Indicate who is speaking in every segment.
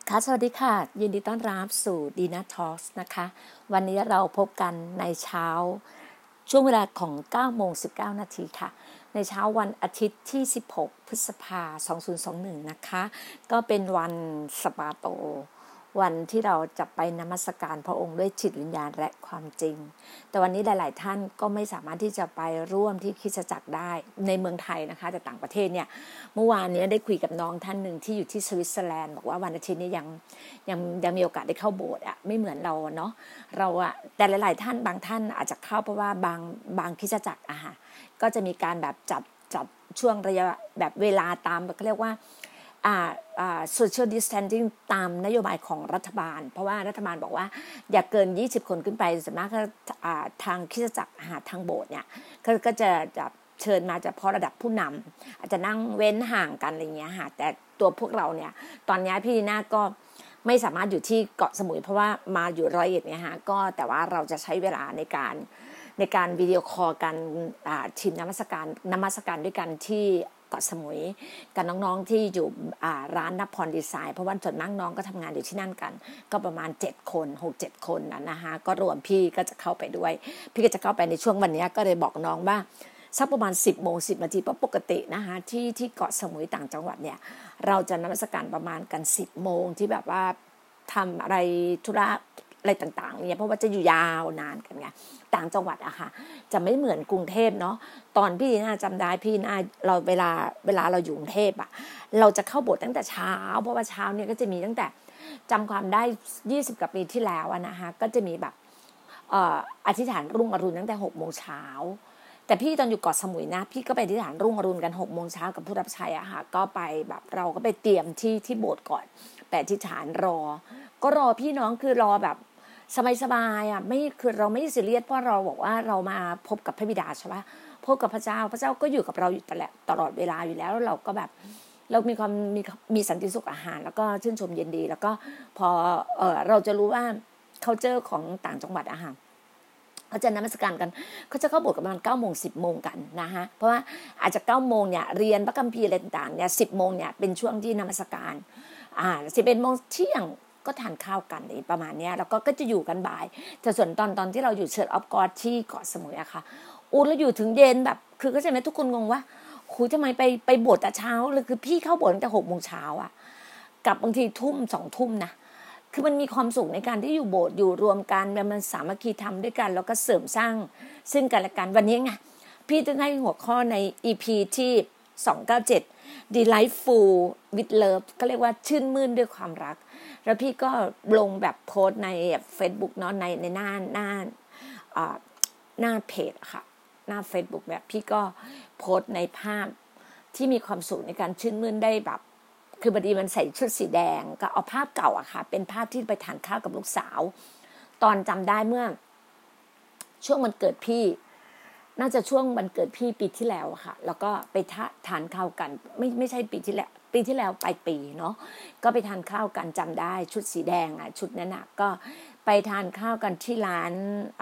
Speaker 1: ค่ะสวัสดีค่ะยินดีต้อนรับสู่ดีน่าทอล์กนะคะวันนี้เราพบกันในเช้าช่วงเวลาของ9:19 น.ค่ะในเช้าวันอาทิตย์ที่16 พฤษภาคม 2021นะคะก็เป็นวันสะบาโตวันที่เราจะไปนมัสการพระองค์ด้วยจิตวิญญาณและความจริงแต่วันนี้หลายๆท่านก็ไม่สามารถที่จะไปร่วมที่คริสตจักรได้ในเมืองไทยนะคะแต่ต่างประเทศเนี่ยเมื่อวานนี้ได้คุยกับน้องท่านหนึ่งที่อยู่ที่สวิตเซอร์แลนด์บอกว่าวันอาทิตย์นี้ยังมีโอกาสได้เข้าโบสถ์ไม่เหมือนเราเนาะเราแต่หลายๆท่านบางท่านอาจจะเข้าเพราะว่าบางคริสตจักรก็จะมีการแบบจัดช่วงระยะแบบเวลาตามเขาเรียกว่าsocial distancing ตามนโยบายของรัฐบาลเพราะว่ารัฐบาลบอกว่าอย่าเกิน20คนขึ้นไปส่วนมากก็ทางคริสตจักรทางโบสถ์เนี่ยก็จะเชิญมาเฉพาะระดับผู้นำอาจจะนั่งเว้นห่างกันอะไรเงี้ยแต่ตัวพวกเราเนี่ยตอนนี้พี่ดีน่าก็ไม่สามารถอยู่ที่เกาะสมุยเพราะว่ามาอยู่101เนี่ยก็แต่ว่าเราจะใช้เวลาในการวิดีโอคอลกันทีมนมัสการด้วยกันที่เกาะสมุยกับน้องๆที่อยู่ร้านนพรดีไซน์เพราะว่าส่วนมากน้องก็ทำงานอยู่ที่นั่นกันก็ประมาณ7 คน 6-7 คนนะคะก็รวมพี่ก็จะเข้าไปด้วยพี่ก็จะเข้าไปในช่วงวันนี้ก็เลยบอกน้องว่าสักประมาณ10:10 น.เพราะปกตินะคะที่เกาะสมุยต่างจังหวัดเนี่ยเราจะนมัสการประมาณกัน10 โมงที่แบบว่าทำอะไรธุระอะไรต่างๆเนี่ยเพราะว่าจะอยู่ยาวนานกันไงต่างจังหวัดจะไม่เหมือนกรุงเทพเนาะตอนพี่น่าจำได้พี่น่าเราเวลาเราอยู่กรุงเทพเราจะเข้าโบสถ์ตั้งแต่เช้าเพราะว่าเช้าเนี่ยก็จะมีตั้งแต่จำความได้20 กว่าปีที่แล้วนะคะก็จะมีแบบอธิษฐานรุ่งอรุณตั้งแต่6 โมงเช้าแต่พี่ตอนอยู่เกาะสมุยนะพี่ก็ไปอธิษฐานรุ่งอรุณกัน6 โมงเช้ากับผู้รับใช้ก็ไปแบบเราก็ไปเตรียมที่โบสถ์ก่อนไปอธิษฐานก็รอพี่น้องคือรอแบบสบายๆไม่คือเราไม่ซีเรียสเพราะเราบอกว่าเรามาพบกับพระบิดาใช่ป่ะพบกับพระเจ้าก็อยู่กับเราอยู่ตลอดเวลาอยู่แล้วเราก็แบบเรามีความมีสันติสุขอาหารแล้วก็ชื่นชมยินดีแล้วก็พอเราจะรู้ว่า culture ของต่างจังหวัดเขาจะนมัสการกันเขาจะเข้าโบสถ์ประมาณ9 โมง 10 โมงกันนะฮะเพราะว่าอาจจะ9 โมงเนี่ยเรียนพระคัมภีร์อะไรต่างๆเนี่ย10 โมงเนี่ยเป็นช่วงที่นมัสการ11 โมงเที่ยงก็ทานข้าวกันประมาณนี้แล้วก็จะอยู่กันบ่ายแต่ส่วนตอนที่เราอยู่เชิร์ชออฟกอดที่เกาะสมุยค่ะเราอยู่ถึงเย็นแบบคือก็ใช่ไหมทุกคนงงว่าคุยทำไมไปโบสถ์แต่เช้าเลยคือพี่เข้าโบสถ์ตั้งแต่6 โมงเช้ากลับบางทีทุ่ม2 ทุ่มนะคือมันมีความสุขในการที่อยู่โบสถ์อยู่รวมกันมันสามัคคีธรรมด้วยกันแล้วก็เสริมสร้างซึ่งกันและกันวันนี้ไงพี่จะให้หัวข้อใน EP ที่297 Delightful with Love ก็เรียกว่าชื่นมื่นด้วยความรักแล้วพี่ก็ลงแบบโพสใน Facebook เนาะในหน้าเพจค่ะหน้า Facebook แบบพี่ก็โพสในภาพที่มีความสุขในการชื่นมื่นได้แบบคือบดีมันใส่ชุดสีแดงก็เอาภาพเก่าค่ะเป็นภาพที่ไปทานข้าวกับลูกสาวตอนจำได้เมื่อช่วงวันเกิดพี่น่าจะช่วงวันเกิดพี่ปีที่แล้วค่ะแล้วก็ไปทานข้าวกันไม่ใช่ปีที่แล้วปลายปีเนาะก็ไปทานข้าวกันจำได้ชุดสีแดงชุดนั้นก็ไปทานข้าวกันที่ร้าน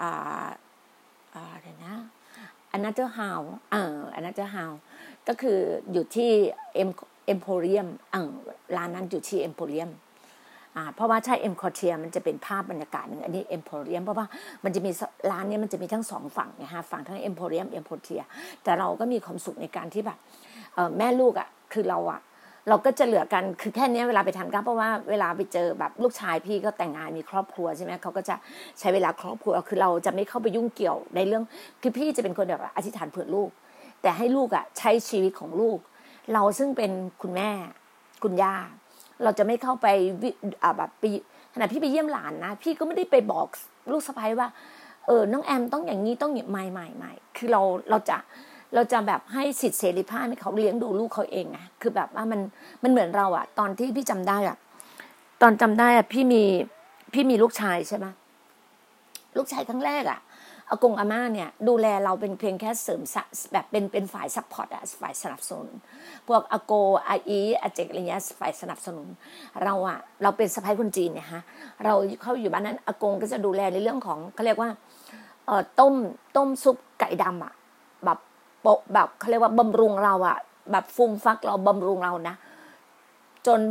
Speaker 1: อะไรนะAnother House Another House ก็คืออยู่ที่Emporium ร้านนั้นอยู่ที่ Emporium เพราะว่าถ้า M Quartier มันจะเป็นภาพบรรยากาศนึงอันนี้ Emporium เพราะว่ามันจะมีร้านนี้มันจะมีทั้ง2ฝั่งนะฮะฝั่งทั้ง Emporium Quartier แต่เราก็มีความสุขในการที่แบบแม่ลูกคือเราก็จะเหลือกันคือแค่นี้เวลาไปทานข้าวเพราะว่าเวลาไปเจอแบบลูกชายพี่ก็แต่งงานมีครอบครัวใช่ไหมเขาก็จะใช้เวลาครอบครัวคือเราจะไม่เข้าไปยุ่งเกี่ยวในเรื่องคือพี่จะเป็นคนแบบอธิษฐานเผื่อลูกแต่ให้ลูกใช้ชีวิตของลูกเราซึ่งเป็นคุณแม่คุณย่าเราจะไม่เข้าไปแบบไปขณะพี่ไปเยี่ยมหลานนะพี่ก็ไม่ได้ไปบอกลูกสะใภ้ว่าน้องแอมต้องอย่างนี้ต้องอย่างไม่คือเราจะแบบให้สิทธิเสรีภาพให้เขาเลี้ยงดูลูกเขาเองคือแบบว่ามันเหมือนเราตอนที่พี่จำได้ตอนจำได้พี่มีลูกชายใช่ไหมลูกชายครั้งแรกอากงอาม่าเนี่ยดูแลเราเป็นเพียงแค่เสริมแบบเป็นฝ่ายซัพพอร์ตฝ่ายสนับสนุนพวกอาโกอาอีอาเจกอะไรเงี้ยฝ่ายสนับสนุนเราเป็นสะใภ้คนจีนเนี่ยเราเข้าอยู่บ้านนั้นอากงก็จะดูแลในเรื่องของเขาเรียกว่าต้มซุปไก่ดำแบบเขาเรียกว่าบำรุงเราแบบฟูมฟักเราบำรุงเรานะจนแบบ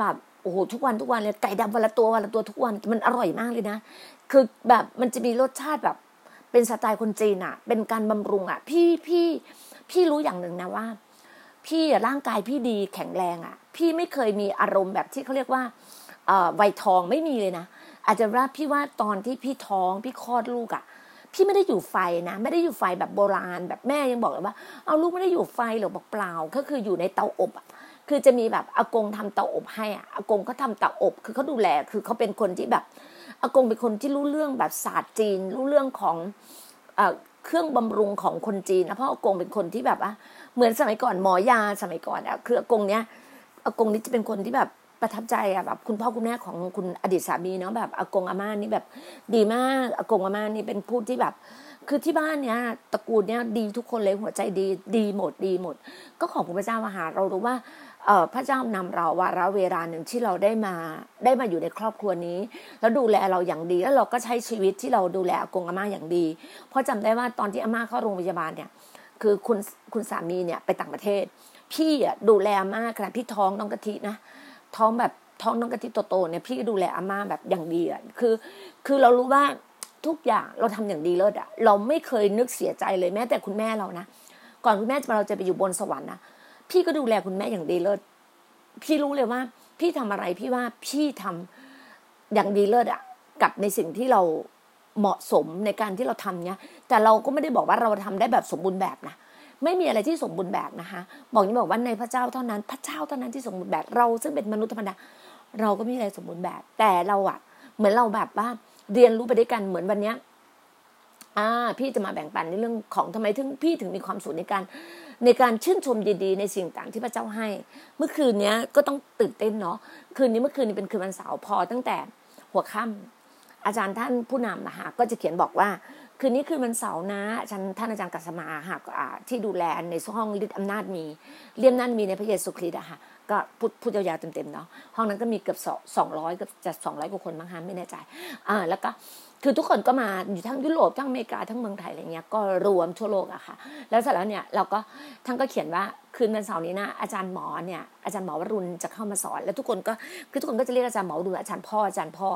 Speaker 1: โอ้โหทุกวันเลยไก่ดำวันละตัวทุกวันมันอร่อยมากเลยนะคือแบบมันจะมีรสชาติแบบเป็นสไตล์คนจีนอ่ะเป็นการบำรุงอ่ะพี่รู้อย่างหนึ่งนะว่าพี่ร่างกายพี่ดีแข็งแรงอ่ะพี่ไม่เคยมีอารมณ์แบบที่เขาเรียกว่าวัยทองไม่มีเลยนะอาจจะว่าพี่ว่าตอนที่พี่ท้องพี่คลอดลูกอ่ะพี่ไม่ได้อยู่ไฟนะไม่ได้อยู่ไฟแบบโบราณแบบแม่ยังบอกเลยว่าเอาลูกไม่ได้อยู่ไฟหรอกบอกเปล่าก็คืออยู่ในเตาอบอ่ะคือจะมีแบบอากงทำเตาอบให้อ่ะอากงเขาทำเตาอบคือเขาดูแลคือเขาเป็นคนที่แบบอากงเป็นคนที่รู้เรื่องแบบศาสตร์จีนรู้เรื่องของเครื่องบำรุงของคนจีนนะเพราะอากงเป็นคนที่แบบว่าเหมือนสมัยก่อนหมอยาสมัยก่อนอ่ะคืออากงเนี้ยอากงนี้จะเป็นคนที่แบบประทับใจอ่ะแบบคุณพ่อคุณแม่ของคุณอดีตสามีเนาะแบบอากงอาม่านี่แบบดีมากอากงอาม่านี่เป็นผู้ที่แบบคือที่บ้านเนี้ยตระกูลเนี้ยดีทุกคนเลยหัวใจดีหมดก็ขอบคุณพระเจ้าหาเรารู้ว่าพระเจ้านำเราวาระเวลาหนึ่งที่เราได้มาอยู่ในครอบครัวนี้แล้วดูแลเราอย่างดีแล้วเราก็ใช้ชีวิตที่เราดูแลอากงอาม่าอย่างดีเพราะจำได้ว่าตอนที่อาม่าเข้าโรงพยาบาลเนี่ยคือคุณสามีเนี่ยไปต่างประเทศพี่อ่ะดูแลอาม่าขณะพี่ท้องน้องกะทินะท้องน้องกะทิโตๆเนี่ยพี่ก็ดูแลอาม่าแบบอย่างดีอ่ะคือเรารู้ว่าทุกอย่างเราทำอย่างดีเลิศอ่ะเราไม่เคยนึกเสียใจเลยแม้แต่คุณแม่เรานะก่อนคุณแม่เราจะไปอยู่บนสวรรค์นะพี่ก็ดูแลคุณแม่อย่างดีเลิศพี่รู้เลยว่าพี่ทำอะไรพี่ว่าพี่ทำอย่างดีเลิศอ่ะกับในสิ่งที่เราเหมาะสมในการที่เราทำเนี้ยแต่เราก็ไม่ได้บอกว่าเราทำได้แบบสมบูรณ์แบบนะไม่มีอะไรที่สมบูรณ์แบบนะคะบอกว่าในพระเจ้าเท่านั้นที่สมบูรณ์แบบเราซึ่งเป็นมนุษย์ธรรมดาเราก็ไม่มีอะไรสมบูรณ์แบบแต่เราอ่ะเหมือนเราแบบว่าเรียนรู้ไปด้วยกันเหมือนวันเนี้ยพี่จะมาแบ่งปันในเรื่องของทำไมพี่ถึงมีความสุขในการชื่นชมดีๆในสิ่งต่างที่พระเจ้าให้เมื่อคืนนี้ก็ต้องตื่นเต้นเนาะเมื่อคืนนี้เป็นคืนวันเสาร์พอตั้งแต่หัวค่ำอาจารย์ท่านผู้นำนะคะก็จะเขียนบอกว่าคืนนี้คืนวันเสาร์นะท่านอาจารย์กัสมาค่ะที่ดูแลในห้องฤทธิ์อำนาจมีเลี่ยมนั้นมีในพระเยซูคริสต์อะค่ะก็พูดยาวๆเต็มๆเนาะห้องนั้นก็มีเกือบ200เกือบจะ200กว่าคนมั้งคะไม่แน่ใจแล้วก็คือทุกคนก็มาอยู่ทั้งยุโรปทั้งอเมริกาทั้งเมืองไทยอะไรเงี้ยก็รวมทั่วโลกอะค่ะแล้วเสร็จแล้วเนี่ยเราก็ท่านก็เขียนว่าคืนวันเสาร์นี้นะอาจารย์หมอวรุณจะเข้ามาสอนแล้วทุกคนก็จะเรียกอาจารย์หมอวรุณอาจารย์พ่อ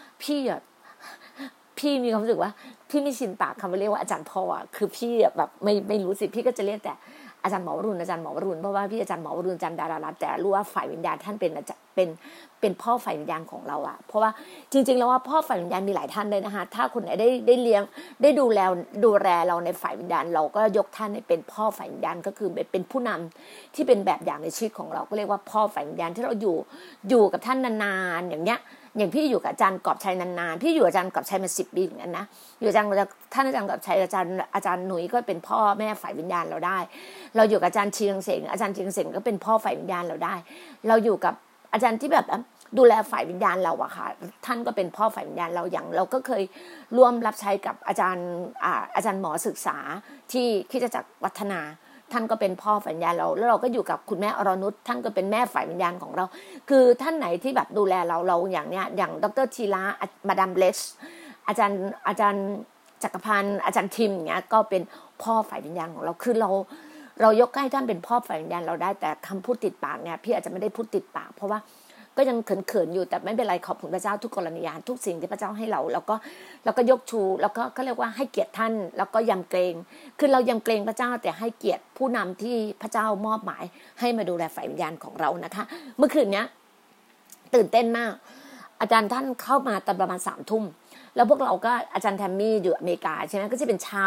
Speaker 1: พี่มีความรู้สึกว่าพี่ไม่ชินปากคำว่าเรียกว่าอาจารย์พ่ออ่ะคือพี่แบบไม่รู้สิพี่ก็จะเรียกแต่อาจารย์หมอวรุณเพราะว่าพี่อาจารย์หมอวรุณอาจารย์ดารารัตน์แต่รู้ว่าฝ่ายวิญญาณท่านเป็นพ่อฝ่ายวิญญาณของเราอ่ะเพราะว่าจริงๆแล้วว่าพ่อฝ่ายวิญญาณมีหลายท่านเลยนะคะถ้าคนไหนได้เลี้ยงได้ดูแลเราในฝ่ายวิญญาณเราก็ยกท่านให้เป็นพ่อฝ่ายวิญญาณก็คือเป็นผู้นำที่เป็นแบบอย่างในชีวิตของเราก็เรียกว่าพ่อฝ่ายวิญญาณที่เราอยู่กับท่านนานๆอย่างเงี้ยอย่างพี่อยู่กับอาจารย์กอบชัยนานๆพี่อยู่อาจารย์กอบชัยมา10 ปีเหมือนกันนะอยู่ท่านอาจารย์กอบชัยอาจารย์หนุ่ยก็เป็นพ่อแม่ฝ่ายวิญญาณเราได้เราอยู่กับอาจารย์เชียงเสงก็เป็นพ่อฝ่ายวิญญาณเราได้เราอยู่กับอาจารย์ที่แบบดูแลฝ่ายวิญญาณเราอะค่ะท่านก็เป็นพ่อฝ่ายวิญญาณเราอย่างเราก็เคยร่วมรับใช้กับอาจารย์หมอศึกษาที่คริสตจักรวัฒนาท่านก็เป็นพ่อฝ่ายวิญญาณเราแล้วเราก็อยู่กับคุณแม่อรนุชท่านก็เป็นแม่ฝ่ายวิญญาณของเราคือท่านไหนที่แบบดูแลเราอย่างเนี้ยอย่างดร.ธีระมาดามเบลชอาจารย์จักรพันธ์อาจารย์ทิมอย่างเงี้ยก็เป็นพ่อฝ่ายวิญญาณของเราคือเรายกให้ท่านเป็นพ่อฝ่ายวิญญาณเราได้แต่คำพูดติดปากเนี่ยพี่อาจจะไม่ได้พูดติดปากเพราะว่าก็ยังเขินๆอยู่แต่ไม่เป็นไรขอบคุณพระเจ้าทุกกรณียานทุกสิ่งที่พระเจ้าให้เราแล้วก็ยกชูแล้วก็เขาเรียกว่าให้เกียรติท่านแล้วก็ยำเกรงคือเรายำเกรงพระเจ้าแต่ให้เกียรติผู้นำที่พระเจ้ามอบหมายให้มาดูแลฝ่ายวิญญาณของเรานะคะเมื่อคืนนี้ตื่นเต้นมากอาจารย์ท่านเข้ามาตอนประมาณ3 ทุ่มแล้วพวกเราก็อาจารย์แทมมี่อยู่อเมริกาใช่ไหมก็จะเป็นเช้า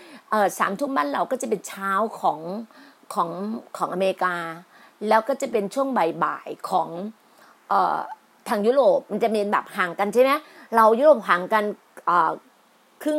Speaker 1: 3 ทุ่มบ้านเราก็จะเป็นเช้าของอเมริกาแล้วก็จะเป็นช่วงบ่ายๆของทางยุโรปมันจะมีแบบห่างกันใช่ไหมเรายุโรปห่างกันครึ่ง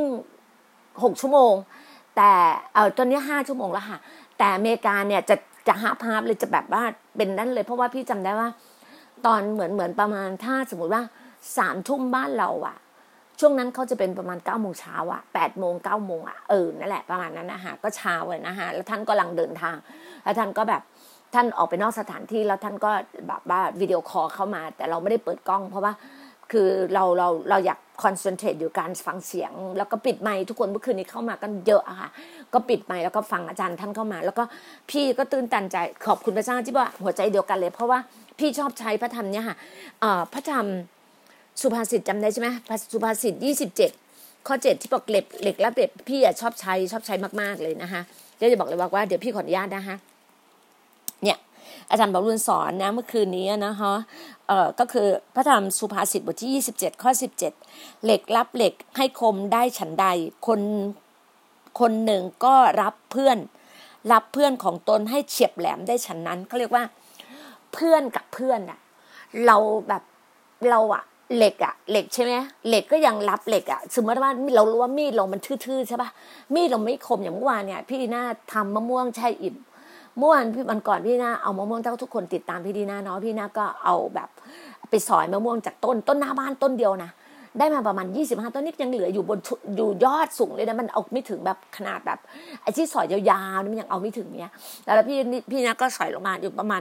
Speaker 1: 6 ชั่วโมงแต่ตอนนี้5 ชั่วโมงแล้วค่ะแต่อเมริกาเนี่ยจะฮาร์ฟเลยจะแบบว่าเป็นนั่นเลยเพราะว่าพี่จำได้ว่าตอนเหมือนประมาณถ้าสมมติว่า3 ทุ่มบ้านเราอะช่วงนั้นเขาจะเป็นประมาณ9 โมงเช้าอะ8 โมง9 โมงอะนั่นแหละประมาณนั้นนะคะก็เช้าเลยนะคะแล้วท่านก็กำลังเดินทางแล้วท่านก็แบบท่านออกไปนอกสถานที่แล้วท่านก็แบบว่าวิดีโอคอลเข้ามาแต่เราไม่ได้เปิดกล้องเพราะว่าคือเราอยากคอนเซนเทรตอยู่การฟังเสียงแล้วก็ปิดไมค์ทุกคนเมื่อคืนนี้เข้ามากันเยอะอะค่ะก็ปิดไมค์แล้วก็ฟังอาจารย์ท่านเข้ามาแล้วก็พี่ก็ตื่นตันใจขอบคุณพระเจ้าที่ว่าหัวใจเดียวกันเลยเพราะว่าพี่ชอบใช้พระธรรมเนี่ยค่ะพระธรรมสุภาษิตจำได้ใช่ไหมสุภาษิต27 ข้อ 7ที่บอกเหล็กรับเหล็กพี่ชอบใช้มากๆเลยนะคะเดี๋ยวจะบอกเลยว่าเดี๋ยวพี่ขออนุญาตนะคะเนี่ยอาจารย์บอกรุ่นสอนนะเมื่อคืนนี้นะคะก็คือพระธรรมสุภาษิตบทที่27 ข้อ 17เหล็กรับเหล็กให้คมได้ฉันใดคนหนึ่งก็รับเพื่อนของตนให้เฉียบแหลมได้ฉันนั้นเขาเรียกว่าเพื่อนกับเพื่อนอะเราอะเหล็กใช่ไหมเหล็กก็ยังรับเหล็กอะสมมติว่าเรารู้ว่ามีดเรามันทื่อๆใช่ป่ะมีดเราไม่คมอย่างเมื่อวานเนี่ยพี่ดีน่าทำมะม่วงแช่อิ่มเมื่อวันก่อนพี่ดีน่าเอามะม่วงทุกคนติดตามพี่ดีน่าเนาะพี่ดีน่าก็เอาแบบไปสอยมะม่วงจากต้นหน้าบ้านต้นเดียวนะได้มาประมาณ25ต้นนี่ยังเหลืออยู่ยอดสูงเลยนะมันเอาไม่ถึงแบบขนาดแบบไอ้ที่สอยยาวๆนี่มันยังเอาไม่ถึงเนี้ยแล้วพี่นะก็สอยลงมาอยู่ประมาณ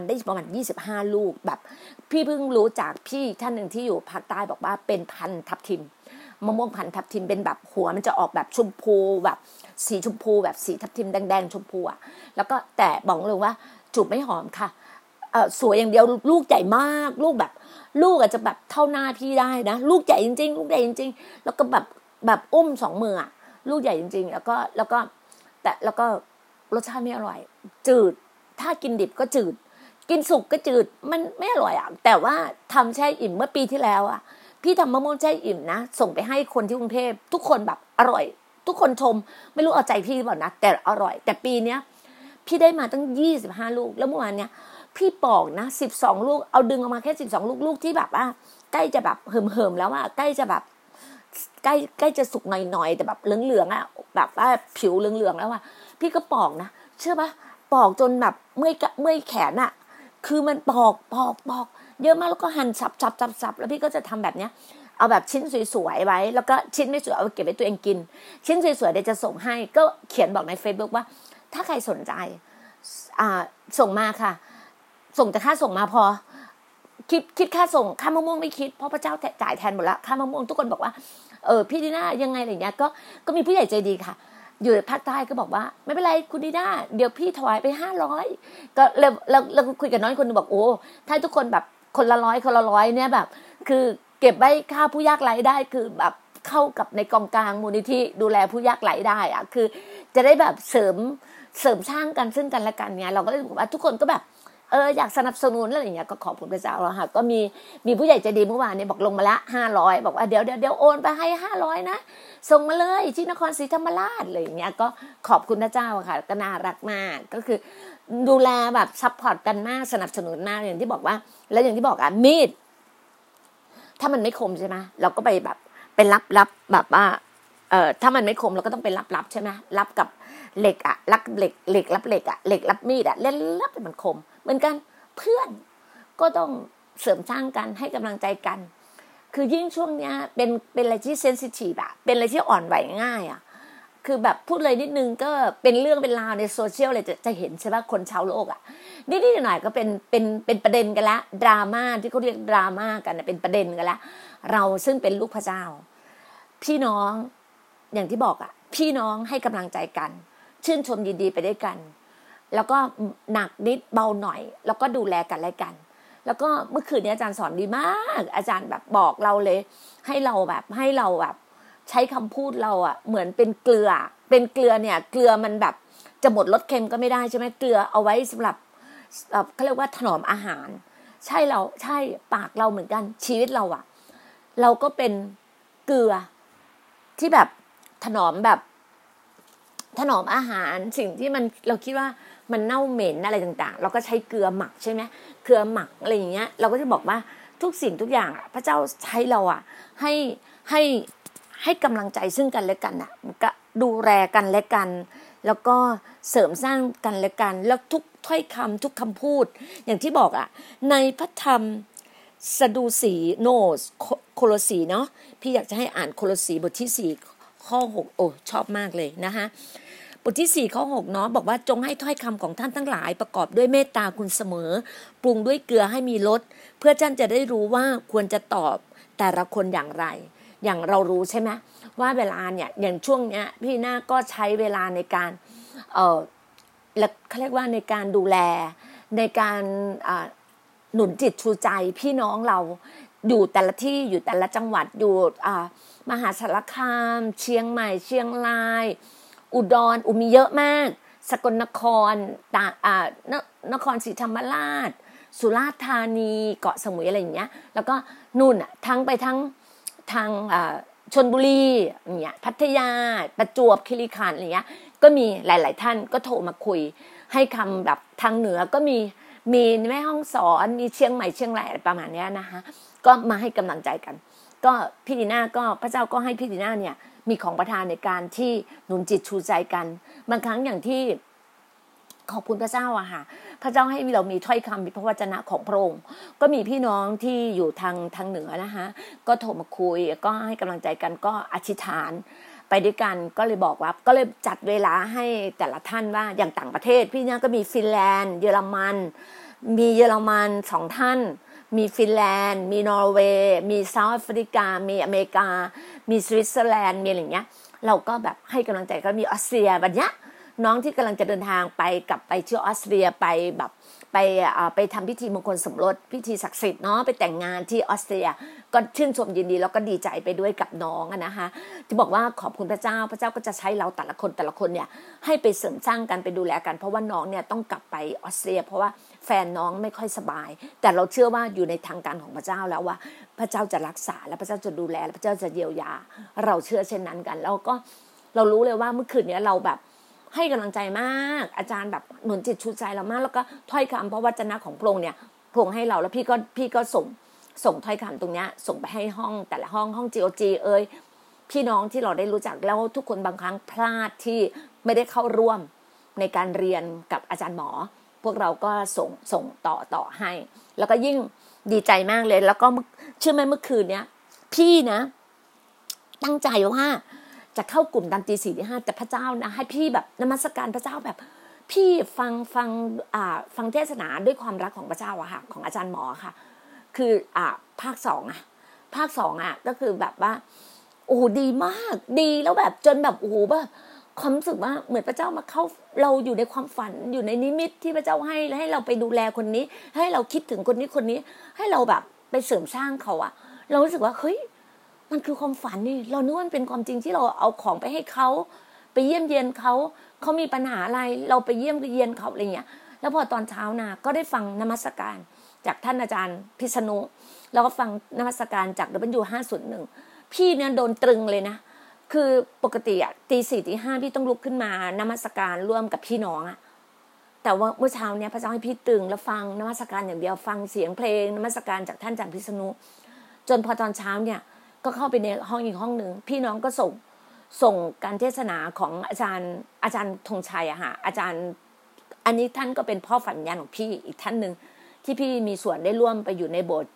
Speaker 1: 25ลูกแบบพี่เพิ่งรู้จากพี่ท่านหนึ่งที่อยู่ภาคใต้บอกว่าเป็นพันธุ์ทับทิมมะม่วงพันธุ์ทับทิมเป็นแบบหัวมันจะออกแบบชมพูแบบสีชมพูแบบสีทับทิมแดงชมพูอ่ะแล้วก็แต่บอกเลยว่าจูบไม่หอมค่ะสวยอย่างเดียวลูกใหญ่มากลูกแบบลูกอาจจะแบบเท่าหน้าพี่ได้นะลูกใหญ่จริงๆลูกใหญ่จริงๆแล้วก็แบบอุ้ม2 มืออ่ะลูกใหญ่จริงๆแล้วก็รสชาติไม่อร่อยจืดถ้ากินดิบก็จืดกินสุกก็จืดมันไม่อร่อยอ่ะแต่ว่าทำแช่อิ่มเมื่อปีที่แล้วอ่ะพี่ทำมะม่วงแช่อิ่มนะส่งไปให้คนที่กรุงเทพทุกคนแบบอร่อยทุกคนชมไม่รู้เอาใจพี่หรือเปล่านะแต่อร่อยแต่ปีเนี้ยพี่ได้มาตั้ง25ลูกแล้วเมื่อวานเนี้ยพี่ปอกนะ12ลูกเอาดึงออกมาแค่12ลูกที่แบบว่าใกล้จะแบบเหิมๆแล้วอ่ะใกล้จะแบบใกล้จะสุกหน่อยๆแต่แบบเหลืองๆอ่ะแบบว่าผิวเหลืองๆแล้วอ่ะพี่ก็ปอกนะเชื่อป่ะปอกจนแบบเมื่อยแขนอ่ะคือมันปอกเยอะมากแล้วก็หั่นสับแล้วพี่ก็จะทำแบบเนี้ยเอาแบบชิ้นสวยๆไว้แล้วก็ชิ้นไม่สวยเอาเก็บไว้ตัวเองกินชิ้นสวยๆเดี๋ยวจะส่งให้ก็เขียนบอกใน Facebook ว่าถ้าใครสนใจส่งมาค่ะส่งแต่ค่าส่งมาพอคิดค่าส่งค่ามะม่วงไม่คิดเพราะพระเจ้าจ่ายแทนหมดแล้วค่ามะม่วงทุกคนบอกว่าพี่ดีน่ายังไงอะไรอย่างเงี้ยก็มีผู้ใหญ่ใจดีค่ะอยู่ภาคใต้ก็บอกว่าไม่เป็นไรคุณดีน่าเดี๋ยวพี่ถวายไป500ก็เราคุยกับน้องคนนึงบอกโอ้ถ้าทุกคนแบบคนละ100เนี่ยแบบคือเก็บไว้ค่าผู้ยากไร้ได้คือแบบเข้ากับในกองกลางมูลนิธิดูแลผู้ยากไร้ได้อะคือจะได้แบบเสริมสร้างกันซึ่งกันและกันเนี่ยเราก็เลยบอกว่าทุกคนก็แบบอยากสนับสนุนอะไรอย่างเงี้ยก็ขอบคุณพระเจ้าแล้วค่ะก็มีผู้ใหญ่ใจดีเมื่อวานเนี่ยบอกลงมาละ500บอกว่าเดี๋ยวโอนไปให้500นะส่งมาเลยที่นครศรีธรรมราชอะไรอย่างเงี้ยก็ขอบคุณพระเจ้าค่ะก็น่ารักมากก็คือดูแลแบบซัพพอร์ตกันมากสนับสนุนมากอย่างที่บอกว่าแล้วอย่างที่บอกอ่ะมีดถ้ามันไม่คมใช่ไหมเราก็ไปรับแบบว่าถ้ามันไม่คมเราก็ต้องไปรับใช่ไหมรับกับเหล็กอะรับเหล็กรับเหล็กอะเหล็กรับมีดอะเล่นรับมันคมเหมือนกันเพื่อนก็ต้องเสริมสร้างกันให้กำลังใจกันคือยิ่งช่วงเนี้ยเป็นอะไรที่เซนซิทีฟอะเป็นอะไรที่อ่อนไหวง่ายอะคือแบบพูดเลยนิดนึงก็เป็นเรื่องเป็นราวในโซเชียลเลยจะเห็นใช่ป่ะคนชาวโลกอะนิดหน่อยก็เป็นประเด็นกันละดราม่าที่เขาเรียกดราม่ากันเป็นประเด็นกันละเราซึ่งเป็นลูกพระเจ้าพี่น้องอย่างที่บอกอะพี่น้องให้กำลังใจกันชื่นชมยินดีไปด้วยกันแล้วก็หนักนิดเบาหน่อยแล้วก็ดูแลกันและกันแล้วก็เมื่อคืนนี้อาจารย์สอนดีมากอาจารย์แบบบอกเราเลยให้เราแบบใช้คำพูดเราอะเหมือนเป็นเกลือเนี่ยเกลือมันแบบจะหมดรสเค็มก็ไม่ได้ใช่ไหมเกลือเอาไว้สำหรับเขาเรียกว่าถนอมอาหารใช่ปากเราเหมือนกันชีวิตเราอะเราก็เป็นเกลือที่แบบถนอมอาหารสิ่งที่มันเราคิดว่ามันเน่าเหม็นอะไรต่างๆเราก็ใช้เกลือหมักใช่ไหมเกลือหมักอะไรอย่างเงี้ยเราก็จะบอกว่าทุกสิ่งทุกอย่างพระเจ้าใช้เราอ่ะให้กำลังใจซึ่งกันและกันอ่ะก็ดูแลกันและกันแล้วก็เสริมสร้างกันและกันแล้วทุกถ้อยคำทุกคำพูดอย่างที่บอกอ่ะในพระธรรมสดุสีโคโลสีเนาะพี่อยากจะให้อ่านโคโลสีบทที่4ข้อ6โอ้ชอบมากเลยนะคะบทที่4ข้อ6เนาะบอกว่าจงให้ถ้อยคำของท่านทั้งหลายประกอบด้วยเมตตาคุณเสมอปรุงด้วยเกลือให้มีรสเพื่อท่านจะได้รู้ว่าควรจะตอบแต่ละคนอย่างไรอย่างเรารู้ใช่ไหมว่าเวลาเนี่ยอย่างช่วงเนี้ยพี่นาก็ใช้เวลาในการเขาเรียกว่าในการดูแลในการหนุนจิตชูใจพี่น้องเราอยู่แต่ละที่อยู่แต่ละจังหวัดอยู่มหาสารคามเชียงใหม่เชียงรายอุดรมีเยอะมากสกลนครนครศรีธรรมราชสุราษฎร์ธานีเกาะสมุยอะไรอย่างเงี้ยแล้วก็นู่นทั้งไปทั้งทางชลบุรีอย่างเงี้ยพัทยาประจวบคีรีขันธ์อะไรเงี้ยก็มีหลายๆท่านก็โทรมาคุยให้คำแบบทางเหนือก็มีแม่ฮ่องสอนมีเชียงใหม่เชียงรายอะไรประมาณนี้นะคะก็มาให้กำลังใจกันก็พี่ดีน่าก็พระเจ้าก็ให้พี่ดีน่าเนี่ยมีของประทานในการที่หนุนจิตชูใจกันบางครั้งอย่างที่ขอบคุณพระเจ้าอะค่ะพระเจ้าให้เรามีถ้อยคำมีพระวจนะของพระองค์ก็มีพี่น้องที่อยู่ทางเหนือนะคะก็โทรมาคุยก็ให้กำลังใจกันก็อธิษฐานไปด้วยกันก็เลยบอกว่าก็เลยจัดเวลาให้แต่ละท่านว่าอย่างต่างประเทศพี่เนี่ยก็มีฟินแลนด์เยอรมันมีเยอรมัน2ท่านมีฟินแลนด์มีนอร์เวย์มีเซาท์แอฟริกามีอเมริกามีสวิตเซอร์แลนด์มีอะไรอย่างเงี้ยเราก็แบบให้กำลังใจก็มีออสเตรียวันเนี้ยน้องที่กำลังจะเดินทางไปกลับไปที่ออสเตรียไปแบบไปทำพิธีมงคลสมรสพิธีศักดิ์สิทธิ์เนาะไปแต่งงานที่ออสเตรียก็ชื่นชมยินดีแล้วก็ดีใจไปด้วยกับน้องนะคะที่บอกว่าขอบคุณพระเจ้าก็จะใช้เราแต่ละคนเนี่ยให้ไปเสริมสร้างกันไปดูแลกันเพราะว่าน้องเนี่ยต้องกลับไปออสเตรียเพราะว่าแฟนน้องไม่ค่อยสบายแต่เราเชื่อว่าอยู่ในทางการของพระเจ้าแล้วว่าพระเจ้าจะรักษาและพระเจ้าจะดูแลและพระเจ้าจะเยียวยาเราเชื่อเช่นนั้นกันแล้วก็เรารู้เลยว่าเมื่อคืนนี้เราแบบให้กำลังใจมากอาจารย์แบบหนุนจิตชูใจเรามากแล้วก็ถ้อยคำพระวจนะของพระองค์เนี่ยพระองค์ให้เราแล้วพี่ก็ส่งถ้อยคำตรงนี้ส่งไปให้ห้องแต่ละห้อง GOG พี่น้องที่เราได้รู้จักแล้วทุกคนบางครั้งพลาดที่ไม่ได้เข้าร่วมในการเรียนกับอาจารย์หมอพวกเราก็ส่งต่อให้แล้วก็ยิ่งดีใจมากเลยแล้วก็เชื่อไหมเมื่อคืนเนี้ยพี่นะตั้งใจว่าจะเข้ากลุ่มตอนตี 4 ตี 5แต่พระเจ้านะให้พี่แบบนมัสการพระเจ้าแบบพี่ฟังเทศนาด้วยความรักของพระเจ้าอะค่ะของอาจารย์หมอค่ะคือภาค2ก็คือแบบว่าโอ้ดีมากดีแล้วแบบจนแบบโอ้โหแบบความรู้สึกว่าเหมือนพระเจ้ามาเข้าเราอยู่ในความฝันอยู่ในนิมิตที่พระเจ้าให้เราไปดูแลคนนี้ให้เราคิดถึงคนนี้ให้เราแบบไปเสริมสร้างเขาอะเรารู้สึกว่าเฮ้ยมันคือความฝันนี่เรานึกว่ามันเป็นความจริงที่เราเอาของไปให้เขาไปเยี่ยมเยียนเขามีปัญหาอะไรเราไปเยี่ยมเยียนเขาอะไรเงี้ยแล้วพอตอนเช้านะก็ได้ฟังนมัสการจากท่านอาจารย์พิษณุแล้วก็ฟังนมัสการจาก W501 พี่เนี่ยโดนตรึงเลยนะคือปกติอะตี 4 ตี 5พี่ต้องลุกขึ้นมานมัสการร่วมกับพี่น้องอะแต่ว่าเมื่อเช้าเนี่ยพระเจ้าให้พี่ตึงแล้วฟังนมัสการอย่างเดียวฟังเสียงเพลงนมัสการจากท่านอาจารย์พิษณุจนพอตอนเช้าเนี่ยก็เข้าไปในห้องอีกห้องนึงพี่น้องก็ส่งการเทศนาของอาจารย์ธงชัยอะค่ะอาจารย์อันนี้ท่านก็เป็นพ่อฝันญาณของพี่อีกท่านนึงที่พี่มีส่วนได้ร่วมไปอยู่ในโบสถ์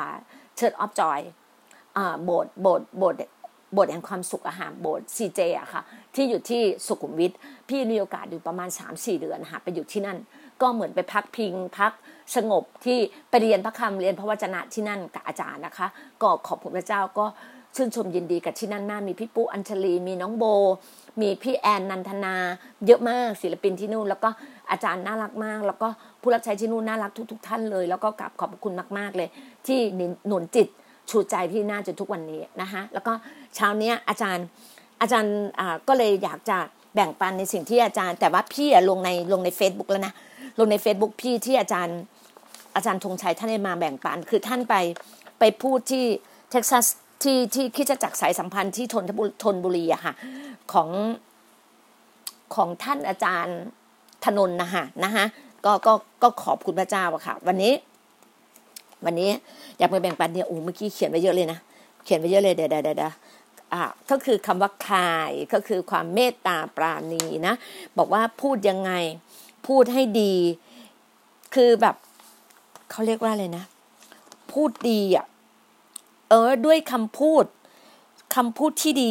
Speaker 1: Church of Joy โบสถ์แห่งความสุขอะค่ะโบสถ์ CJ อะค่ะที่อยู่ที่สุขุมวิทพี่มีโอกาสอยู่ประมาณ 3-4 เดือนค่ะไปอยู่ที่นั่นก็เหมือนไปพักพิงพักสงบที่ไปเรียนพระคำเรียนพระวจนะที่นั่นกับอาจารย์นะคะก็ขอบคุณพระเจ้าก็ชื่นชมยินดีกับที่นั่นมากมีพี่ปุ๊อัญชลีมีน้องโบมีพี่แอนนันทนาเยอะมากศิลปินที่นู่นแล้วก็อาจารย์น่ารักมากแล้วก็ผู้รับใช้ที่นู่นน่ารักทุกท่านเลยแล้วก็ขอบคุณมากๆเลยที่หนุนจิตชูใจพี่น่าจนทุกวันนี้นะคะแล้วก็เช้านี้อาจารย์ก็เลยอยากจะแบ่งปันในสิ่งที่อาจารย์แต่ว่าพี่ลงใน Facebook แล้วนะลงใน Facebook พี่ที่อาจารย์ธงชัยท่านได้มาแบ่งปันคือท่านไปพูดที่เท็กซัสที่คริสตจักรสายสัมพันธ์ที่ธนบุรีอะค่ะของท่านอาจารย์ธนนท์นะคะก็ขอบคุณพระเจ้าอะค่ะวันนี้อยากไปแบ่งปันเนี่ยเมื่อกี้เขียนไว้เยอะเลยนะเขียนไว้เยอะเลยเดี๋ยวก็คือคำว่าคายก็คือความเมตตาปราณีนะบอกว่าพูดยังไงพูดให้ดีคือแบบเขาเรียกว่าอะไรนะพูดดีอ่ะด้วยคำพูดที่ดี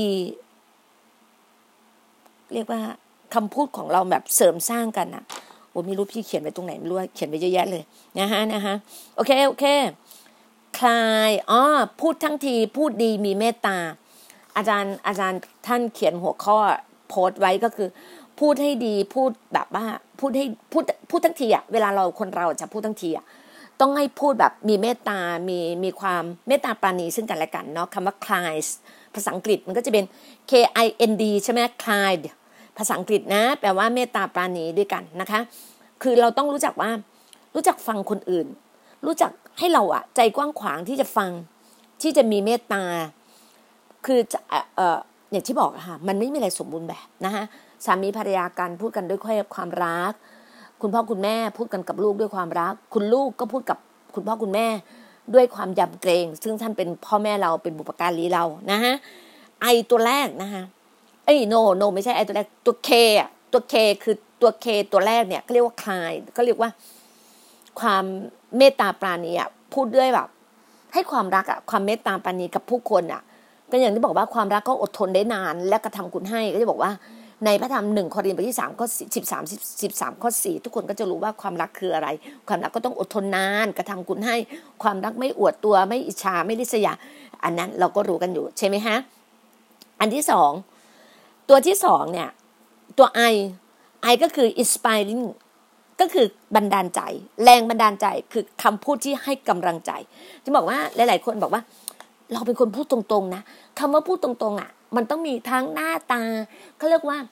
Speaker 1: เรียกว่าคำพูดของเราแบบเสริมสร้างกันอ่ะไม่รู้พี่เขียนไว้ตรงไหนไม่รู้เขียนไว้เยอะแยะเลยนะฮะโอเคคลายพูดทั้งทีพูดดีมีเมตตาอาจารย์ท่านเขียนหัวข้อโพสต์ไว้ก็คือพูดให้ดีพูดแบบว่าพูดทั้งทีอ่ะเวลาคนเราจะพูดทั้งทีอ่ะต้องให้พูดแบบมีเมตตามีความเมตตาปราณีซึ่งกันและกันเนาะคำว่า kind ภาษาอังกฤษมันก็จะเป็น kind ใช่ไหม kind ภาษาอังกฤษนะแปลว่าเมตตาปราณีด้วยกันนะคะคือเราต้องรู้จักฟังคนอื่นรู้จักให้เราอะใจกว้างขวางที่จะฟังที่จะมีเมตตาคืออย่างที่บอกค่ะมันไม่มีอะไรสมบูรณ์แบบนะคะสามีภรรยากันพูดกันด้วยความรักคุณพ่อคุณแม่พูดกันกับลูกด้วยความรักคุณลูกก็พูดกับคุณพ่อคุณแม่ด้วยความยำเกรงซึ่งท่านเป็นพ่อแม่เราเป็นบุปการีเรานะฮะไอตัวแรกนะคะโนไม่ใช่ไอตัวแรกตัวเคอ่ะตัวเคคือตัวเคตัวแรกเนี่ยก็เรียกว่าคายก็เรียกว่าความเมตตาปราณีอ่ะพูดด้วยแบบให้ความรักอ่ะความเมตตาปราณีกับผู้คนอ่ะก็อย่างที่บอกว่าความรักก็อดทนได้นานและกระทำคุณให้ก็จะบอกว่าในพระธรรม1 โครินธ์บทที่3ข้อ13ข้อ4ทุกคนก็จะรู้ว่าความรักคืออะไรความรักก็ต้องอดทนนานกระทำคุณให้ความรักไม่อวดตัวไม่อิจฉาไม่ริษยาอันนั้นเราก็รู้กันอยู่ใช่ไหมฮะอันที่2ตัวที่2เนี่ยตัวIก็คือ inspiring ก็คือบันดาลใจแรงบันดาลใจคือคำพูดที่ให้กำลังใจที่บอกว่าหลายๆคนบอกว่าเราเป็นคนพูดตรงๆนะคำว่าพูดตรงๆอ่ะมันต้องมีทั้งหน้าตาเขาเรียกว่า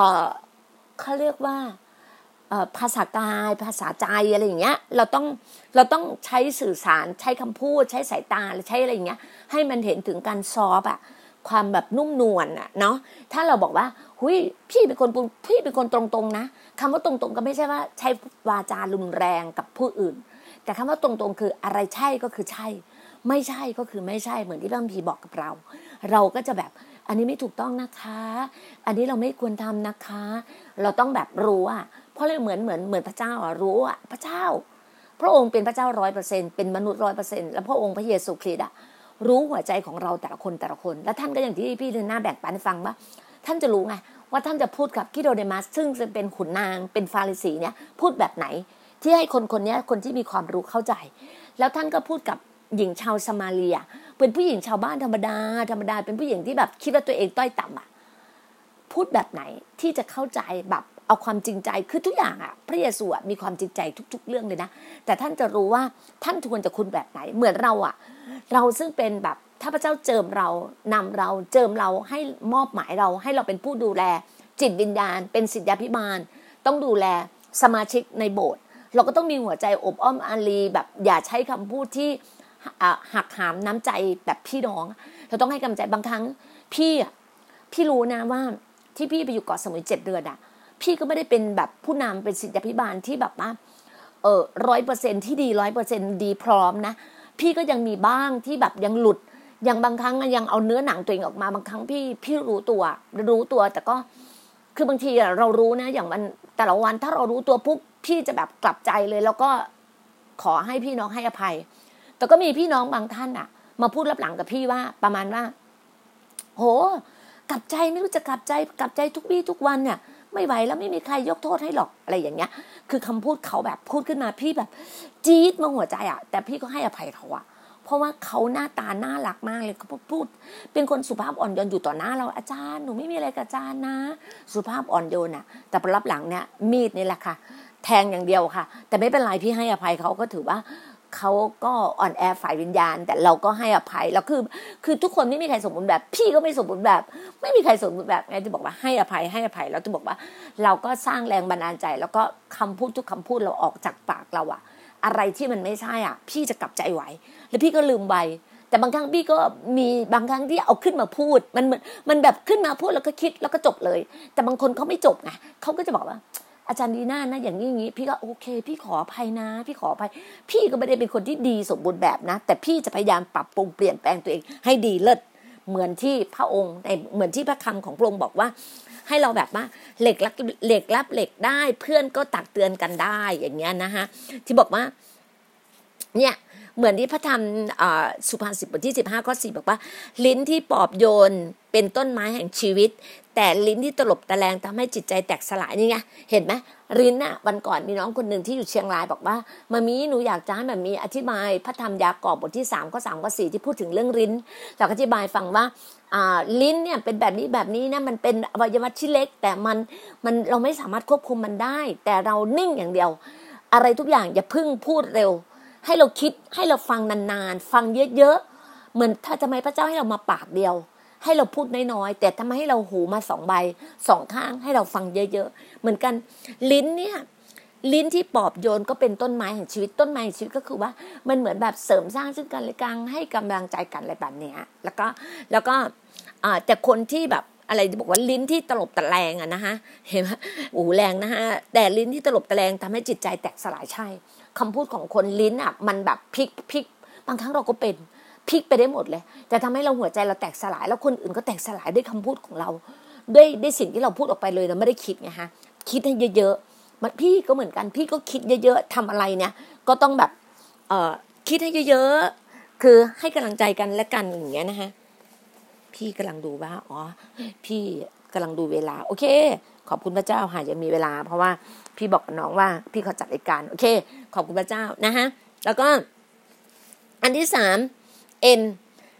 Speaker 1: ภาษากายภาษาใจอะไรอย่างเงี้ยเราต้องใช้สื่อสารใช้คำพูดใช้สายตาหรือใช้อะไรอย่างเงี้ยให้มันเห็นถึงการซอฟต์อ่ะความแบบนุ่มนวลอ่ะเนาะถ้าเราบอกว่าหุ้ยพี่เป็นคนตรงๆนะคำว่าตรงๆก็ไม่ใช่ว่าใช้วาจารุนแรงกับผู้อื่นแต่คำว่าตรงๆคืออะไรใช่ก็คือใช่ไม่ใช่ก็คือไม่ใช่เหมือนที่พระคัมภีร์บอกกับเราก็จะแบบอันนี้ไม่ถูกต้องนะคะอันนี้เราไม่ควรทำนะคะเราต้องแบบรู้อ่ะเพราะเลยเหมือนพระเจ้าอ่ะรู้อ่ะพระเจ้าพระองค์เป็นพระเจ้า 100% เป็นมนุษย์ 100% แล้วพระองค์พระเยซูคริสต์อ่ะรู้หัวใจของเราแต่ละคนและท่านก็อย่างที่พี่เดินหน้าแบ่งปันให้ฟังว่าท่านจะรู้ไงว่าท่านจะพูดกับกิโดเดมัสซึ่งเป็นขุนนางเป็นฟาริสีเนี่ยพูดแบบไหนที่ให้คนนี้คนที่มีความรู้เข้าใจแล้วท่านก็พูดกับหญิงชาวซามาเรียเป็นผู้หญิงชาวบ้านธรรมดาเป็นผู้หญิงที่แบบคิดว่าตัวเองต้อยต่ำอ่ะพูดแบบไหนที่จะเข้าใจแบบเอาความจริงใจคือทุกอย่างอ่ะพระเยซูอ่ะมีความจริงใจทุกๆเรื่องเลยนะแต่ท่านจะรู้ว่าท่านควรจะคุณแบบไหนเหมือนเราอ่ะเราซึ่งเป็นแบบถ้าพระเจ้าเจิมเรานำเราเจิมเราให้มอบหมายเราให้เราเป็นผู้ดูแลจิตวิญญาณเป็นศิษยาภิบาลต้องดูแลสมาชิกในโบสถ์เราก็ต้องมีหัวใจอบอ้อมอารีแบบอย่าใช้คำพูดที่หักหามน้ำใจแบบพี่น้องเราต้องให้กำลังใจบางครั้งพี่รู้นะว่าที่พี่ไปอยู่เกาะสมุย7 เดือนอ่ะพี่ก็ไม่ได้เป็นแบบผู้นำเป็นศิษยาภิบาลที่แบบว่า100%ที่ดี 100% ดีพร้อมนะพี่ก็ยังมีบ้างที่แบบยังหลุดอย่างบางครั้งยังเอาเนื้อหนังตัวเองออกมาบางครั้งพี่รู้ตัวแต่ก็คือบางทีเรารู้นะอย่างวันแต่ละวันถ้าเรารู้ตัวปุ๊บพี่จะแบบกลับใจเลยแล้วก็ขอให้พี่น้องให้อภัยแต่ก็มีพี่น้องบางท่านอ่ะมาพูดรับหลังกับพี่ว่าประมาณว่าโหกลับใจไม่รู้จะกลับใจทุกวี่ทุกวันเนี่ยไม่ไหวแล้วไม่มีใครยกโทษให้หรอกอะไรอย่างเงี้ยคือคำพูดเขาแบบพูดขึ้นมาพี่แบบจี๊ดมาหัวใจอ่ะแต่พี่ก็ให้อภัยเขาอ่ะเพราะว่าเขาหน้าตาน่ารักมากเลยเขาพูดเป็นคนสุภาพอ่อนโยนอยู่ต่อหน้าเราอาจารย์หนูไม่มีอะไรกับอาจารย์นะสุภาพอ่อนโยนอ่ะแต่พอรับหลังเนี่ยมีดนี่แหละค่ะแทงอย่างเดียวค่ะแต่ไม่เป็นไรพี่ให้อภัยเขาก็ถือว่าเขาก็อ่อนแอฝ่ายวิญญาณแต่เราก็ให้อภัยแล้วคือทุกคนไม่มีใครสมบูรณ์แบบพี่ก็ไม่สมบูรณ์แบบไม่มีใครสมบูรณ์แบบไงที่บอกว่าให้อภัยแล้วที่บอกว่าเราก็สร้างแรงบันดาลใจแล้วก็คำพูดทุกคำพูดเราออกจากปากเราอะอะไรที่มันไม่ใช่อ่ะพี่จะกลับใจไหวแล้วพี่ก็ลืมไปแต่บางครั้งพี่ก็มีบางครั้งที่เอาขึ้นมาพูดมันแบบขึ้นมาพูดแล้วก็คิดแล้วก็จบเลยแต่บางคนเขาไม่จบไงเขาก็จะบอกว่าอาจารย์ดีน่านะอย่างนี้พี่ก็โอเคพี่ขออภัยนะพี่ขออภัยพี่ก็ไม่ได้เป็นคนที่ดีสมบูรณ์แบบนะแต่พี่จะพยายามปรับปรุงเปลี่ยนแปลงตัวเองให้ดีเลิศเหมือนที่พระองค์เหมือนที่พระคำของพระองค์บอกว่าให้เราแบบว่าเหล็กรับเหล็กได้เพื่อนก็ตักเตือนกันได้อย่างเงี้ยนะฮะที่บอกว่าเนี่ยเหมือนที่พระธรรมสุภาษิตบทที่15ข้อ4บอกว่าลิ้นที่ปลอบโยนเป็นต้นไม้แห่งชีวิตแต่ลิ้นที่ตลบตะแลงทำให้จิตใจแตกสลายนี่ไงเห็นไหมลิ้นน่ะวันก่อนมีน้องคนหนึ่งที่อยู่เชียงรายบอกว่ามามีหนูอยากจะให้มามีอธิบายพระธรรมยากอบบทที่3ข้อ3ข้อ4ที่พูดถึงเรื่องลิ้นอยากอธิบายฟังว่าลิ้นเนี่ยเป็นแบบนี้นะมันเป็นอวัยวะที่เล็กแต่มันเราไม่สามารถควบคุมมันได้แต่เรานิ่งอย่างเดียวอะไรทุกอย่างอย่าพึ่งพูดเร็วให้เราคิดให้เราฟังนานๆฟังเยอะๆเหมือนถ้าทำไมพระเจ้าให้เรามาปากเดียวให้เราพูดน้อยๆแต่ทำไมให้เราหูมา2 ใบ 2 ข้างให้เราฟังเยอะๆเหมือนกันลิ้นเนี่ยลิ้นที่ปอบโยนก็เป็นต้นไม้แห่งชีวิตต้นไม้แห่งชีวิตก็คือว่ามันเหมือนแบบเสริมสร้างซึ่งกันและกันให้กำลังใจกันอะไรแบบนี้แล้วก็แต่คนที่แบบอะไรที่บอกว่าลิ้นที่ตลบตะแลงอะนะฮะเห็นไหมแรงนะฮะแต่ลิ้นที่ตลบตะแลงทำให้จิตใจแตกสลายใช่คำพูดของคนลิ้นอะมันแบบพลิกบางครั้งเราก็เป็นพลิกไปได้หมดเลยแต่ทำให้เราหัวใจเราแตกสลายแล้วคนอื่นก็แตกสลายด้วยคำพูดของเราด้วยสิ่งที่เราพูดออกไปเลยเราไม่ได้คิดไงฮะคิดให้เยอะๆพี่ก็เหมือนกันพี่ก็คิดเยอะๆทำอะไรเนี่ยก็ต้องแบบคิดให้เยอะๆคือให้กำลังใจกันและกันอย่างเงี้ยนะฮะพี่กำลังดูว่าพี่กำลังดูเวลาโอเคขอบคุณพระเจ้าหายังมีเวลาเพราะว่าพี่บอกกับน้องว่าพี่ขอจัดรายการโอเคขอบคุณพระเจ้านะฮะแล้วก็อันที่3 N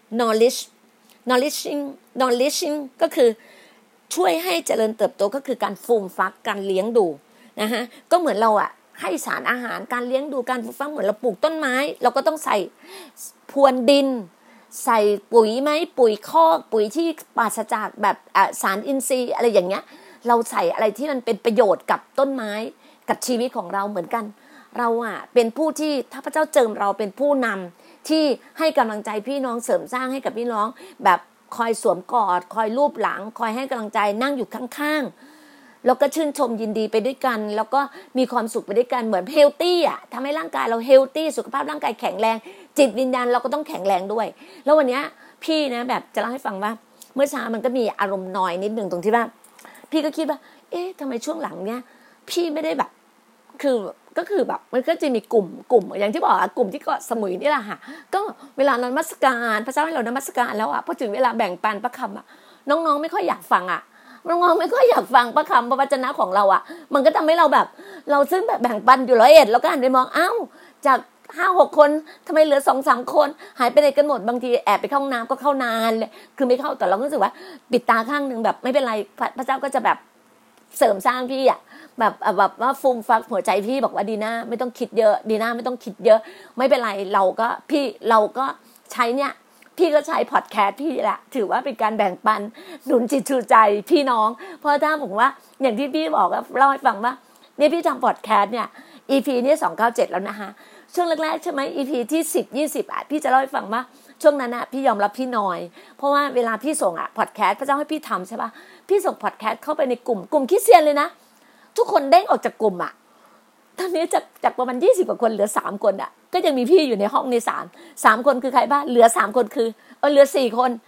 Speaker 1: knowledging ก็คือช่วยให้เจริญเติบโตก็คือการฟูมฟักการเลี้ยงดูนะฮะก็เหมือนเราให้สารอาหารการเลี้ยงดูการฟูมฟักเหมือนเราปลูกต้นไม้เราก็ต้องใส่พรวนดินใส่ปุ๋ยไหมปุ๋ยคอกปุ๋ยที่ปราศจากแบบสารอินทรีย์อะไรอย่างเงี้ยเราใส่อะไรที่มันเป็นประโยชน์กับต้นไม้กับชีวิตของเราเหมือนกันเราเป็นผู้ที่ถ้าพระเจ้าเจิมเราเป็นผู้นำที่ให้กำลังใจพี่น้องเสริมสร้างให้กับพี่น้องแบบคอยสวมกอดคอยลูบหลังคอยให้กำลังใจนั่งอยู่ข้างๆแล้วก็ชื่นชมยินดีไปด้วยกันแล้วก็มีความสุขไปด้วยกันเหมือนเฮลตี้ทำให้ร่างกายเราเฮลตี้สุขภาพร่างกายแข็งแรงจิตวิญญาณเราก็ต้องแข็งแรงด้วยแล้ววันนี้พี่นะแบบจะเล่าให้ฟังว่าเมื่อเช้ามันก็มีอารมณ์นอยนิดนึงตรงที่ว่าพี่ก็คิดว่าทำไมช่วงหลังเนี้ยพี่ไม่ได้แบบก็คือแบบมันก็จะมีกลุ่มอย่างที่บอกกลุ่มที่เกาะสมุยนี่แหละค่ะก็เวลานมัสการพระเจ้าให้เรานมัสการแล้วพอถึงเวลาแบ่งปันพระคำน้องๆไม่ค่อยอยากฟังน้องๆไม่ค่อยอยากฟังพระคำพระวจนะของเรามันก็ทำให้เราแบบเราซึ่งแบบแบ่งปันอยู่101แล้วก็หันไปมองจาก 5-6 คนทำไมเหลือ 2-3 คนหายไปไหนกันหมดบางทีแอบไปเข้าห้องน้ำก็เข้านานเลยคือไม่เข้าแต่เราก็รู้สึกว่าปิดตาข้างนึงแบบไม่เป็นไรพระเจ้าก็จะแบบเสริมสร้างพี่แบบว่าฟูมฟักหัวใจพี่บอกว่าดีน่าไม่ต้องคิดเยอะดีน่าไม่ต้องคิดเยอะไม่เป็นไรเราก็ใช้เนี่ยพี่ก็ใช้พอดแคสต์พี่แหละถือว่าเป็นการแบ่งปันหนุนจิตชูใจพี่น้องเพราะถ้าผมว่าอย่างที่พี่บอกเล่าให้ฟังว่าเนี่ยพี่ทำพอดแคสต์เนี่ย EP นี่297แล้วนะคะช่วงแรกๆใช่ไหม EP ที่10-20พี่จะเล่าให้ฟังว่าช่วงนั้นพี่ยอมรับพี่น้อยเพราะว่าเวลาพี่ส่งพอดแคสต์พระเจ้าให้พี่ทำใช่ป่ะพี่ส่งพอดแคสต์เข้าไปในกลุ่มคริสเตียนเลยนะทุกคนเด้งออกจากกลุ่มตอนนี้จากประมาณ20 กว่าคนเหลือ3 คนก็ยังมีพี่อยู่ในห้องใน3 คนคือใครบ้างเหลือ3 คนคือเหลือ4 คน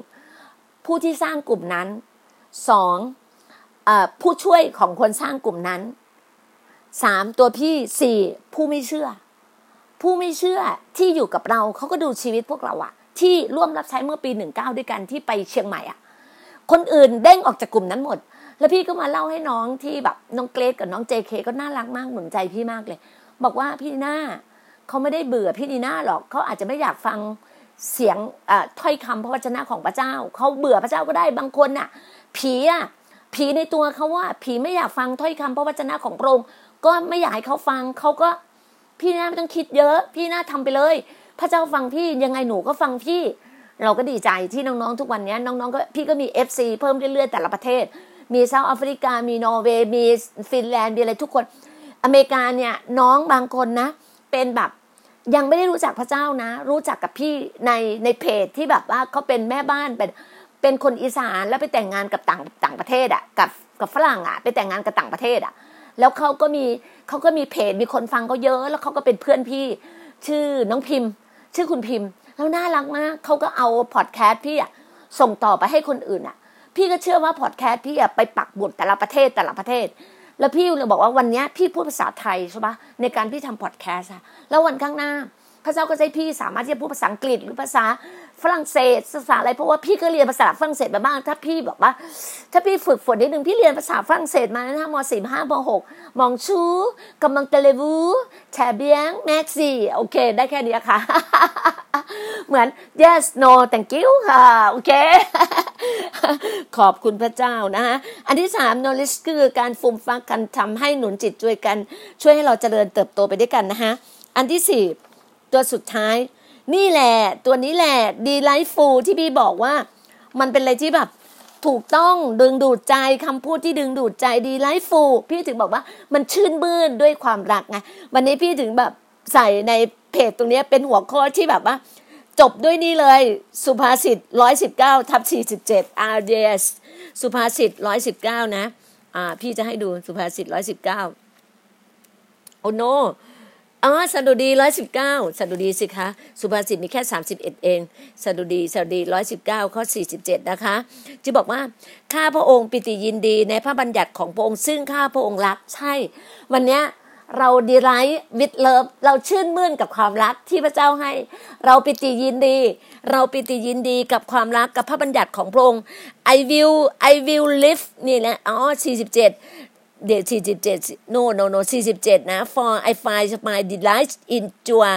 Speaker 1: 1ผู้ที่สร้างกลุ่มนั้น2ผู้ช่วยของคนสร้างกลุ่มนั้น3ตัวพี่4ผู้ไม่เชื่อที่อยู่กับเราเขาก็ดูชีวิตพวกเราที่ร่วมรับใช้เมื่อปี19ด้วยกันที่ไปเชียงใหม่คนอื่นเด้งออกจากกลุ่มนั้นหมดแล้วพี่ก็มาเล่าให้น้องที่แบบน้องเกรซกับน้อง JK ก็น่ารักมากหนุนใจพี่มากเลยบอกว่าพี่นีน่าเขาไม่ได้เบื่อพี่นีน่าหรอกเขาอาจจะไม่อยากฟังเสียงถ้อยคำพระวจนะของพระเจ้าเขาเบื่อพระเจ้าก็ได้บางคนผีในตัวเขาผีไม่อยากฟังถ้อยคำพระวจนะของพระองค์ก็ไม่อยากให้เขาฟังเขาก็พี่นีน่าไม่ต้องคิดเยอะพี่นีน่าทำไปเลยพระเจ้าฟังพี่ยังไงหนูก็ฟังพี่เราก็ดีใจที่น้องๆทุกวันนี้น้องๆก็พี่ก็มี FC เพิ่มเรื่อยๆแต่ละประเทศมีเซาท์แอฟริกามีนอร์เวย์มีฟินแลนด์มีอะไรทุกคนอเมริกาเนี่ยน้องบางคนนะเป็นแบบยังไม่ได้รู้จักพระเจ้านะรู้จักกับพี่ในเพจที่แบบว่าเขาเป็นแม่บ้านเป็นคนอีสานแล้วไปแต่งงานกับต่างประเทศกับฝรั่งไปแต่งงานกับต่างประเทศแล้วเขาก็มีเพจมีคนฟังเขาเยอะแล้วเขาก็เป็นเพื่อนพี่ชื่อน้องพิมพ์ชื่อคุณพิมพ์แล้วน่ารักมากเขาก็เอาพอดแคสต์พี่ส่งต่อไปให้คนอื่นพี่ก็เชื่อว่าพอดแคสต์พี่ไปปักบุตรแต่ละประเทศแล้วพี่เลยบอกว่าวันนี้พี่พูดภาษาไทยใช่ปะในการพี่ทำพอดแคสต์แล้ววันข้างหน้าพระเจ้าก็ให้พี่สามารถที่จะพูดภาษาอังกฤษหรือภาษาฝรั่งเศสภาษาอะไรเพราะว่าพี่ก็เรียนภาษาฝรั่งเศสมาบ้างถ้าพี่บอกว่าถ้าพี่ฝึกฝนนิดนึงพี่เรียนภาษาฝรั่งเศสมานะม.4 ม.5 ม.6 มองชูกำลังเตเลวูแชเบียงแม็กซี่โอเคได้แค่นี้ค่ะ เหมือน yes no thank you ค่ะโอเค ขอบคุณพระเจ้านะฮะอันที่3 knowledge คือการฟูมฟักกันทำให้หนุนจิตช่วยกันช่วยให้เราเจริญเติบโตไปด้วยกันนะฮะอันที่4 ตัวสุดท้ายนี่แหละตัวนี้แหละ delightful ที่พี่บอกว่ามันเป็นอะไรที่แบบถูกต้องดึงดูดใจคำพูดที่ดึงดูดใจ delightful พี่ถึงบอกว่ามันชื่นมื่นด้วยความรักไงวันนี้พี่ถึงแบบใส่ในเพจตรงนี้เป็นหัวข้อที่แบบว่าจบด้วยนี่เลยสุภาษิต119/47 RDS สุภาษิต119นะพี่จะให้ดูสุภาษิต119โอ้โนสดุดี119สดุดีสิคะสุภาษิตมีแค่31เองสดุดี119ข้อ47นะคะจะบอกว่าข้าพระองค์ปิติยินดีในพระบัญญัติของพระองค์ซึ่งข้าพระองค์รักใช่วันเนี้ยเราดีไลท์วิดเลิฟเราชื่นมื่นกับความรักที่พระเจ้าให้เราปิติยินดีกับความรักกับพระบัญญัติของพระองค์ I will live นี่แหละ47เดี๋ยว47no 47นะ for I find my delight in your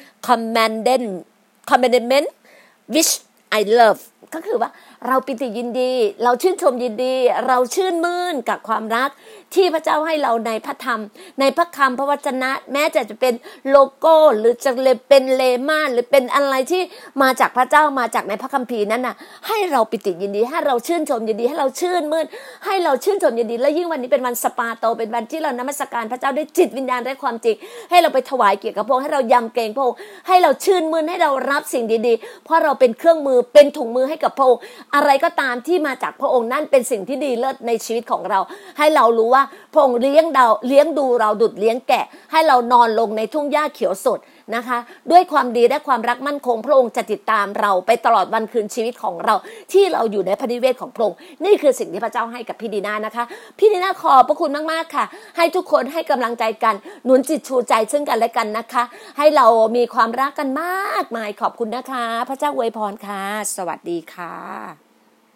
Speaker 1: commandment which I love ก็คือว่าเราปิติยินดีเราชื่นชมยินดีเราชื่นมื่นกับความรักที่พระเจ้าให้เราในพระธรรมในพระคำพระวจนะแม้จะเป็นโลโก้หรือจะเป็นเลม่านหรือเป็นอะไรที่มาจากพระเจ้ามาจากในพระคัมภีร์นั้นน่ะให้เราปิติยินดีให้เราชื่นชมยินดีให้เราชื่นมื่นให้เราชื่นชมยินดีและยิ่งวันนี้เป็นวันสปาโตเป็นวันที่เรานมัสการพระเจ้าด้วยจิตวิญญาณและความจริงให้เราไปถวายเกียรติกับพระองค์ให้เรายำเกรงพระองค์ให้เราชื่นมื่นให้เรารับสิ่งดีๆเพราะเราเป็นเครื่องมือเป็นถุงมือให้กับพระองค์อะไรก็ตามที่มาจากพระองค์นั่นเป็นสิ่งที่ดีเลิศในชีวิตของเราให้เรารู้ว่าพระองค์เลี้ยงดูเราดุจเลี้ยงแกะให้เรานอนลงในทุ่งหญ้าเขียวสดนะคะด้วยความดีและความรักมั่นคงพระองค์จะติดตามเราไปตลอดวันคืนชีวิตของเราที่เราอยู่ในพระนิเวศของพระองค์นี่คือสิ่งที่พระเจ้าให้กับพี่ดีน่านะคะพี่ดีน่าขอบพระคุณมากๆค่ะให้ทุกคนให้กำลังใจกันหนุนจิตชูใจซึ่งกันและกันนะคะให้เรามีความรักกันมากมายขอบคุณนะคะพระเจ้าอวยพรค่ะสวัสดีค่ะ